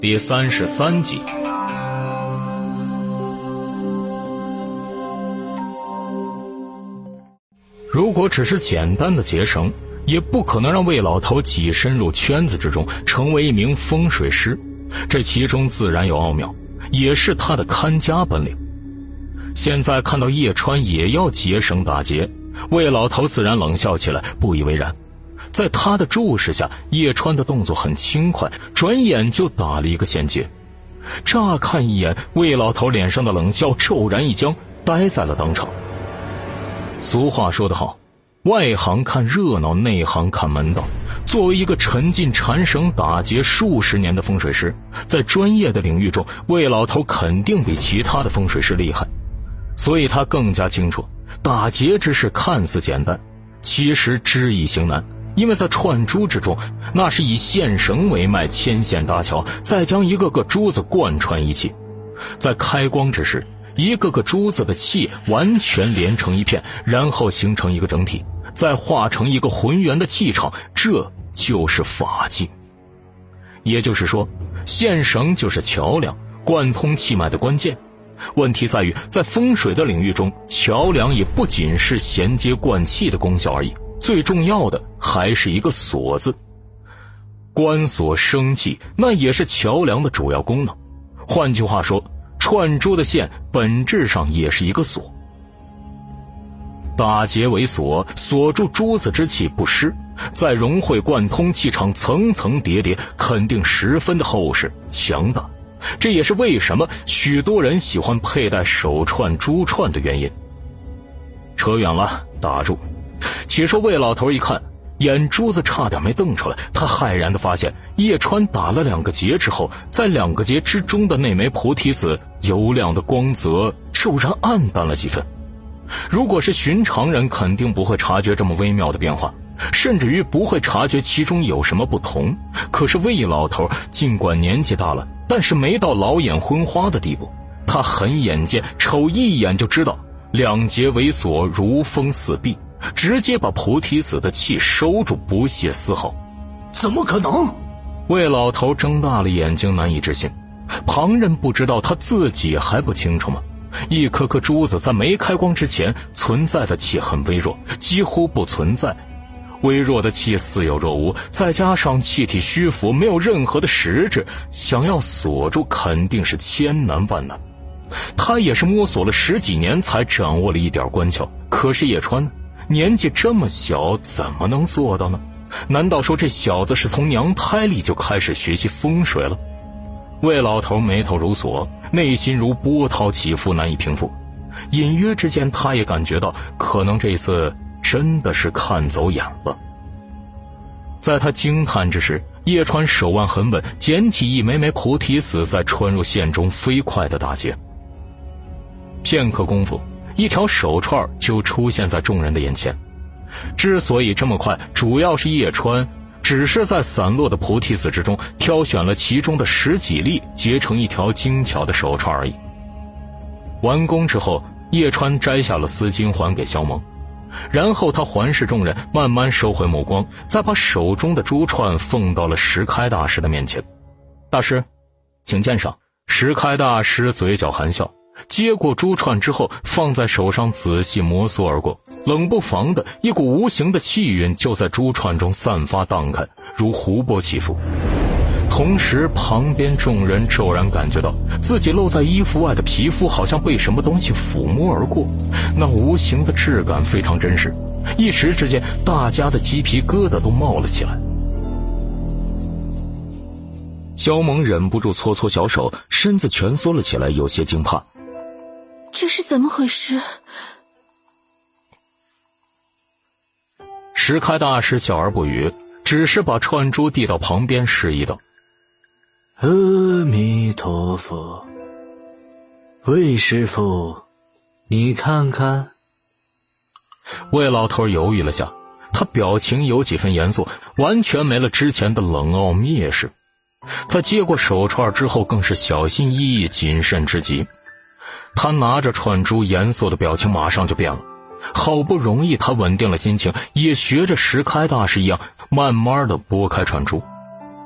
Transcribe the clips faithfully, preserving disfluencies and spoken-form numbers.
第三十三集。如果只是简单的结绳，也不可能让魏老头挤深入圈子之中，成为一名风水师。这其中自然有奥妙，也是他的看家本领。现在看到叶川也要结绳打劫，魏老头自然冷笑起来，不以为然。在他的注视下，叶川的动作很轻快，转眼就打了一个线结。乍看一眼，魏老头脸上的冷笑骤然一僵，呆在了当场。俗话说得好，外行看热闹，内行看门道。作为一个沉浸缠绳打劫数十年的风水师，在专业的领域中，魏老头肯定比其他的风水师厉害。所以他更加清楚，打劫之事看似简单，其实知易行难。因为在串珠之中，那是以线绳为脉，牵线搭桥，再将一个个珠子贯穿一气。在开光之时，一个个珠子的气完全连成一片，然后形成一个整体，再化成一个浑圆的气场，这就是法纪。也就是说，线绳就是桥梁，贯通气脉的关键。问题在于，在风水的领域中，桥梁也不仅是衔接贯气的功效而已，最重要的还是一个锁字。关锁生气，那也是桥梁的主要功能。换句话说，串珠的线本质上也是一个锁。打结为锁，锁住珠子之气不失，再融会贯通，气场层层叠叠，肯定十分的厚实强大。这也是为什么许多人喜欢佩戴手串珠串的原因。扯远了，打住。且说魏老头一看，眼珠子差点没瞪出来，他骇然地发现叶川打了两个结之后，在两个结之中的那枚菩提子油亮的光泽骤然暗淡了几分。如果是寻常人，肯定不会察觉这么微妙的变化，甚至于不会察觉其中有什么不同。可是魏老头尽管年纪大了，但是没到老眼昏花的地步，他很眼尖，瞅一眼就知道两结为锁，如风似壁，直接把菩提子的气收住，不泄丝毫。 怎么可能？ 魏老头睁大了眼睛，难以置信。旁人不知道，他自己还不清楚吗？一颗颗珠子在没开光之前存在的气很微弱，几乎不存在。微弱的气似有若无，再加上气体虚浮，没有任何的实质，想要锁住肯定是千难万难。他也是摸索了十几年才掌握了一点关窍，可是叶川呢？年纪这么小，怎么能做到呢？难道说这小子是从娘胎里就开始学习风水了？魏老头眉头如锁，内心如波涛起伏，难以平复。隐约之间，他也感觉到，可能这次真的是看走眼了。在他惊叹之时，叶川手腕很稳，捡起一枚枚菩提子，在穿入线中飞快地打结。片刻功夫，一条手串就出现在众人的眼前。之所以这么快，主要是叶川只是在散落的菩提子之中挑选了其中的十几粒，结成一条精巧的手串而已。完工之后，叶川摘下了丝巾还给萧蒙，然后他环视众人，慢慢收回目光，再把手中的珠串奉到了石开大师的面前。大师，请鉴赏。石开大师嘴角含笑，接过珠串之后放在手上仔细摩挲而过，冷不防的一股无形的气运就在珠串中散发荡开，如湖泊起伏。同时旁边众人骤然感觉到自己露在衣服外的皮肤好像被什么东西抚摸而过，那无形的质感非常真实，一时之间大家的鸡皮疙瘩都冒了起来。萧蒙忍不住搓搓小手，身子蜷缩了起来，有些惊怕。 这是怎么回事？ 石开大师笑而不语，只是把串珠递到旁边，示意道： 阿弥陀佛，魏师傅，你看看。 魏老头犹豫了下，他表情有几分严肃，完全没了之前的冷傲蔑视。在接过手串之后，更是小心翼翼，谨慎之极。他拿着串珠，严肃的表情马上就变了。好不容易他稳定了心情，也学着石开大师一样，慢慢的拨开串珠。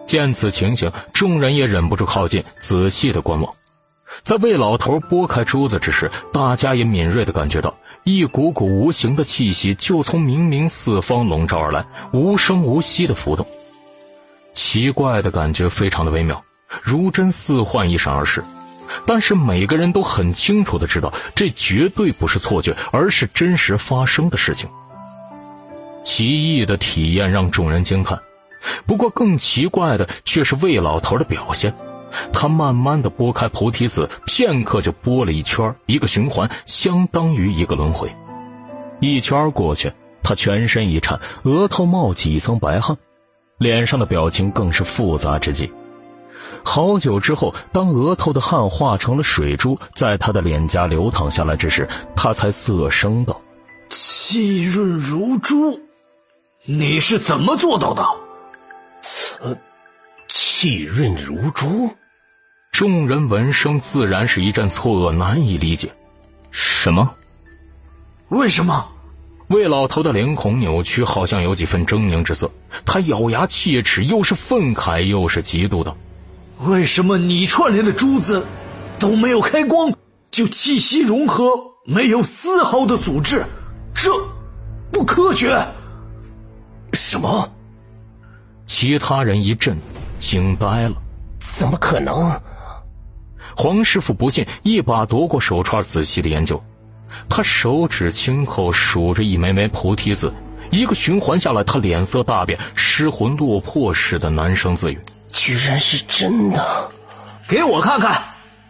见此情形，众人也忍不住靠近，仔细的观望。在魏老头拨开珠子之时，大家也敏锐地感觉到一股股无形的气息就从明明四方笼罩而来，无声无息地浮动。奇怪的感觉非常的微妙，如真似幻一闪而逝，但是每个人都很清楚地知道，这绝对不是错觉，而是真实发生的事情。奇异的体验让众人惊叹，不过更奇怪的却是魏老头的表现。他慢慢地拨开菩提子，片刻就拨了一圈，一个循环相当于一个轮回。一圈过去，他全身一颤，额头冒起一层白汗，脸上的表情更是复杂之极。好久之后，当额头的汗化成了水珠，在他的脸颊流淌下来之时，他才涩声道： 气润如珠，你是怎么做到的？ 呃，气润如珠？ 众人闻声自然是一阵错愕，难以理解。什么？ 为什么？ 魏老头的脸孔扭曲，好像有几分狰狞之色。他咬牙切齿，又是愤慨又是嫉妒道： 为什么你串联的珠子都没有开光，就气息融合，没有丝毫的阻滞？这不科学！ 什么？ 其他人一震，惊呆了。 怎么可能？ 黄师傅不信，一把夺过手串，仔细的研究。他手指轻扣，数着一枚枚菩提子，一个循环下来，他脸色大变，失魂落魄似的难声自语： 居然是真的！ 给我看看！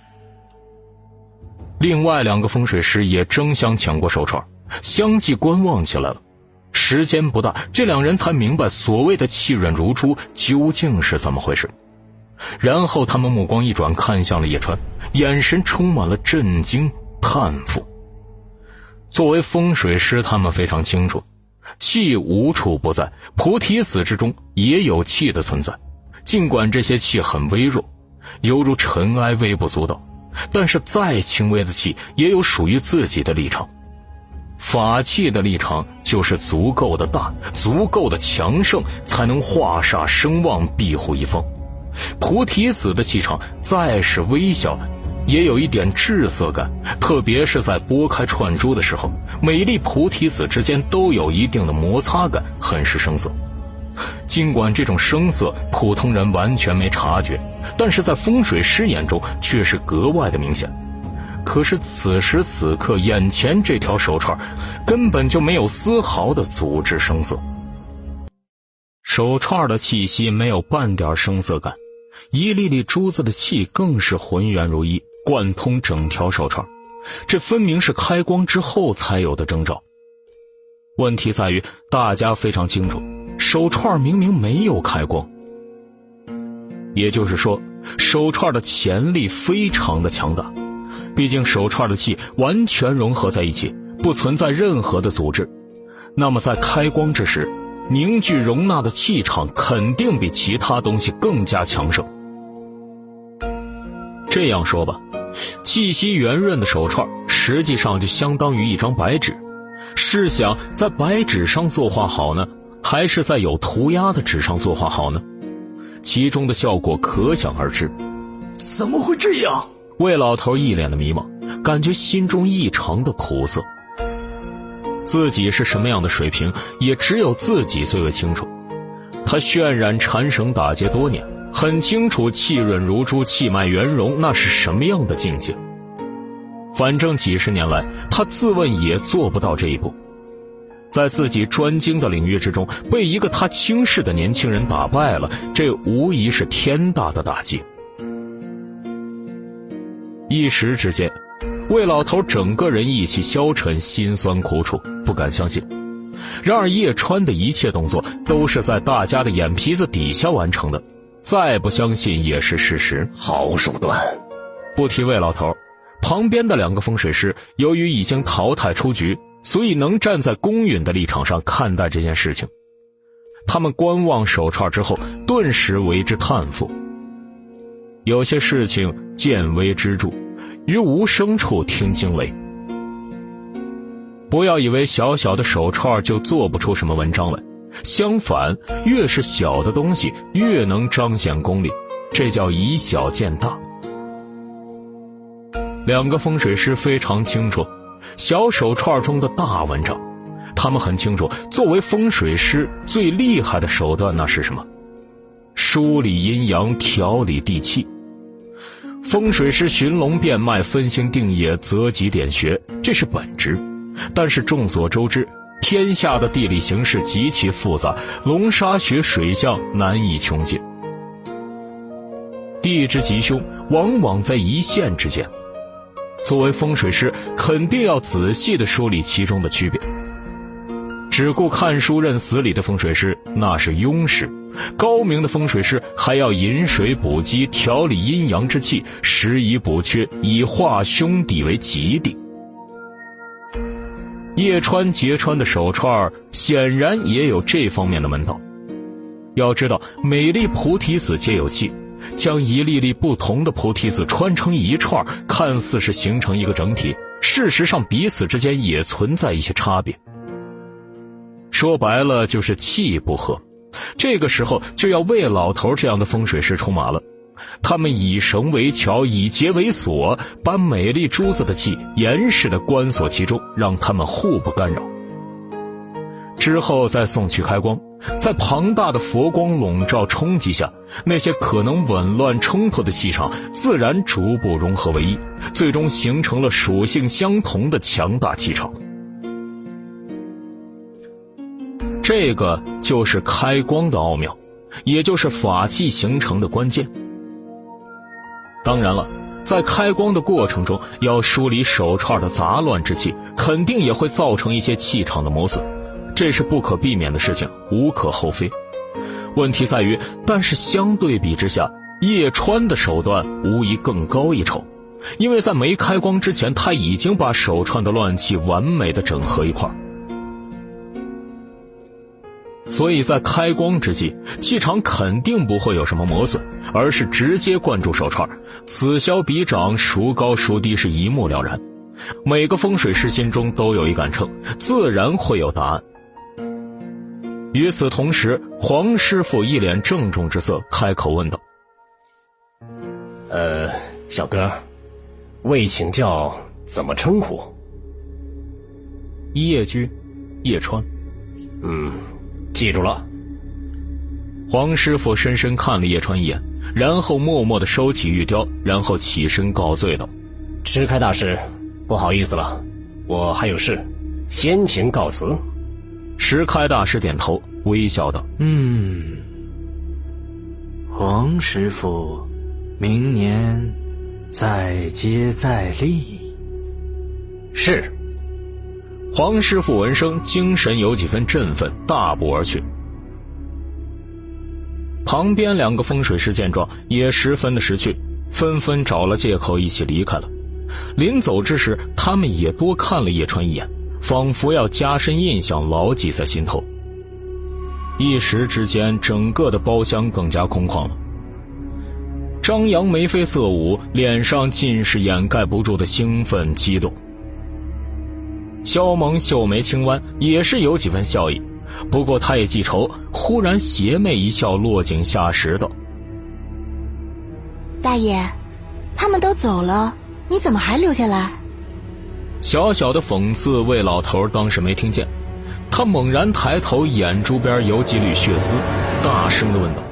另外两个风水师也争相抢过手串，相继观望起来了。时间不大，这两人才明白所谓的气润如珠究竟是怎么回事。然后他们目光一转，看向了叶川，眼神充满了震惊叹服。作为风水师，他们非常清楚，气无处不在，菩提子之中也有气的存在。尽管这些气很微弱，犹如尘埃，微不足道，但是再轻微的气也有属于自己的立场。法器的立场就是足够的大，足够的强盛，才能化煞声望，庇护一方。菩提子的气场再是微小，也有一点滞涩感，特别是在拨开串珠的时候，每粒菩提子之间都有一定的摩擦感，很是生涩。尽管这种生涩普通人完全没察觉，但是在风水师眼中却是格外的明显。可是此时此刻，眼前这条手串根本就没有丝毫的阻滞生涩。手串的气息没有半点生涩感，一粒粒珠子的气更是浑圆如一，贯通整条手串，这分明是开光之后才有的征兆。问题在于，大家非常清楚，手串明明没有开光，也就是说，手串的潜力非常的强大。毕竟手串的气完全融合在一起，不存在任何的阻滞，那么在开光之时，凝聚容纳的气场肯定比其他东西更加强盛。这样说吧，气息圆润的手串实际上就相当于一张白纸，试想在白纸上作画好呢，还是在有涂鸦的纸上作画好呢？其中的效果可想而知。 怎么会这样？ 魏老头一脸的迷茫，感觉心中异常的苦涩。自己是什么样的水平，也只有自己最为清楚。他渲染缠绳打劫多年，很清楚气润如珠，气脉圆融，那是什么样的境界。反正几十年来，他自问也做不到这一步。在自己专精的领域之中，被一个他轻视的年轻人打败了，这无疑是天大的打击。一时之间，魏老头整个人意气消沉，心酸苦楚，不敢相信。然而叶川的一切动作都是在大家的眼皮子底下完成的，再不相信也是事实。 好手段！ 不提魏老头，旁边的两个风水师由于已经淘汰出局，所以能站在公允的立场上看待这件事情。他们观望手串之后，顿时为之叹服。有些事情见微知著，于无声处听惊雷。不要以为小小的手串就做不出什么文章来， 相反，越是小的东西越能彰显功力，这叫以小见大。两个风水师非常清楚小手串中的大文章，他们很清楚作为风水师最厉害的手段那是什么？梳理阴阳，调理地气。风水师寻龙辨脉，分星定业，择吉点穴，这是本职。但是众所周知，天下的地理形势极其复杂，龙沙穴水象难以穷尽。地之吉凶往往在一线之间，作为风水师肯定要仔细地梳理其中的区别。只顾看书认死理的风水师那是庸师，高明的风水师还要引水补机，调理阴阳之气，拾遗补缺，以化凶地为吉地。叶川结川的手串显然也有这方面的门道。要知道每粒菩提子皆有气，将一粒粒不同的菩提子穿成一串，看似是形成一个整体，事实上彼此之间也存在一些差别。说白了就是气不合，这个时候就要魏老头这样的风水师出马了。他们以绳为桥，以结为锁，把每粒珠子的气严实地关锁其中，让它们互不干扰。之后再送去开光，在庞大的佛光笼罩冲击下，那些可能紊乱冲突的气场自然逐步融合为一，最终形成了属性相同的强大气场。这个就是开光的奥妙，也就是法器形成的关键。当然了，在开光的过程中要梳理手串的杂乱之气，肯定也会造成一些气场的磨损，这是不可避免的事情，无可厚非。问题在于，但是相对比之下，叶川的手段无疑更高一筹，因为在没开光之前，他已经把手串的乱气完美的整合一块。所以在开光之际，气场肯定不会有什么磨损，而是直接灌注手串，此消彼长，孰高孰低是一目了然。每个风水师心中都有一杆秤，自然会有答案。与此同时，黄师傅一脸郑重之色，开口问道： 呃，小哥，未请教怎么称呼？ 叶居，叶川。 嗯，记住了。 黄师傅深深看了叶川一眼，然后默默地收起玉雕，然后起身告罪道： 石开大师，不好意思了，我还有事，先行告辞。 石开大师点头，微笑道： 嗯，黄师傅，明年再接再厉。 是。 黄师傅闻声精神有几分振奋，大步而去。旁边两个风水师见状也十分的识趣，纷纷找了借口一起离开了。临走之时，他们也多看了叶川一眼，仿佛要加深印象，牢记在心头。一时之间，整个的包厢更加空旷了。张扬眉飞色舞，脸上尽是掩盖不住的兴奋激动。萧萌秀眉轻弯，也是有几分笑意，不过他也记仇，忽然邪魅一笑，落井下石道： 大爷，他们都走了，你怎么还留下来？ 小小的讽刺魏老头当时没听见，他猛然抬头，眼珠边游几缕血丝，大声地问道：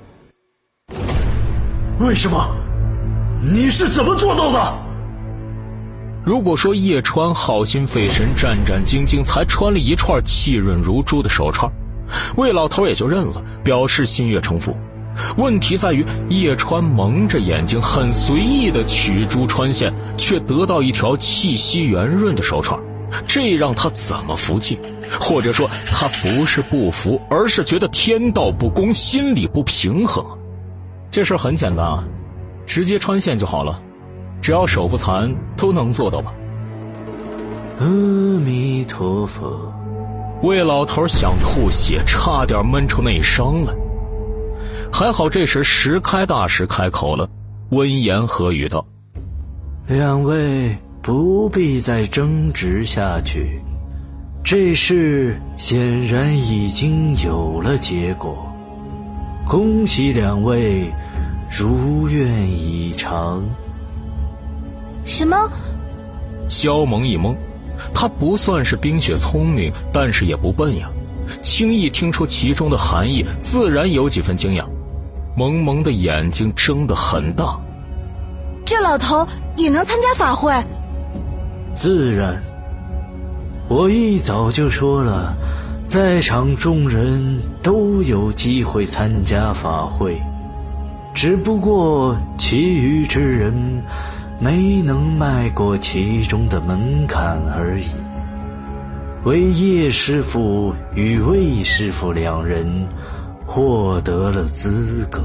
为什么？你是怎么做到的？ 如果说叶川耗心费神，战战兢兢，才穿了一串气润如珠的手串，魏老头也就认了，表示心悦诚服。问题在于叶川蒙着眼睛，很随意的取珠穿线，却得到一条气息圆润的手串，这让他怎么服气？或者说他不是不服，而是觉得天道不公，心里不平衡。这事很简单啊，直接穿线就好了，只要手不残都能做到吧。 阿弥陀佛。 魏老头想吐血，差点闷出内伤来。还好这时石开大师开口了，温言和语道： 两位不必再争执下去， 这事显然已经有了结果，恭喜两位如愿以偿。 什么？ 萧萌一懵，他不算是冰雪聪明，但是也不笨呀，轻易听出其中的含义，自然有几分惊讶。萌萌的眼睛睁得很大。 这老头也能参加法会？ 自然，我一早就说了，在场众人都有机会参加法会，只不过其余之人没能迈过其中的门槛而已。唯叶师傅与魏师傅两人获得了资格。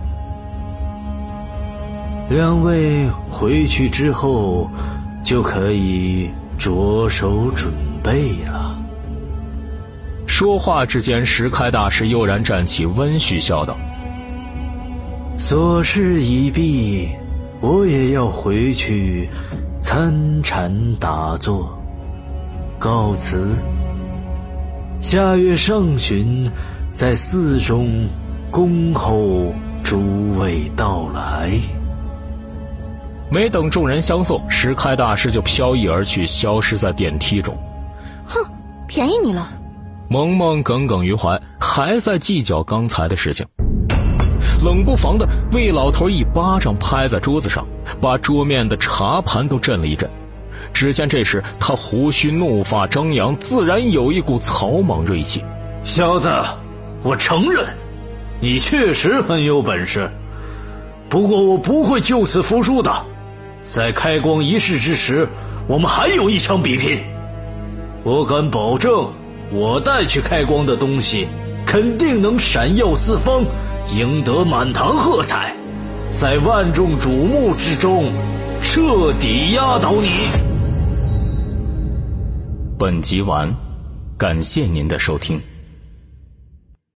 两位回去之后就可以着手准备了。 说话之间，石开大师悠然站起，温煦笑道： 所事已毕，我也要回去参禅打坐，告辞。下月上旬在寺中恭候诸位到来。 没等众人相送，石开大师就飘逸而去，消失在电梯中。 哼，便宜你了。 萌萌耿耿于怀，还在计较刚才的事情。冷不防的，魏老头一巴掌拍在桌子上，把桌面的茶盘都震了一震。只见这时他胡须怒发张扬，自然有一股草莽锐气。 小子，我承认你确实很有本事，不过我不会就此服输的。在开光仪式之时，我们还有一场比拼。我敢保证，我带去开光的东西肯定能闪耀四方，赢得满堂喝彩，在万众瞩目之中彻底压倒你。 本集完，感谢您的收听。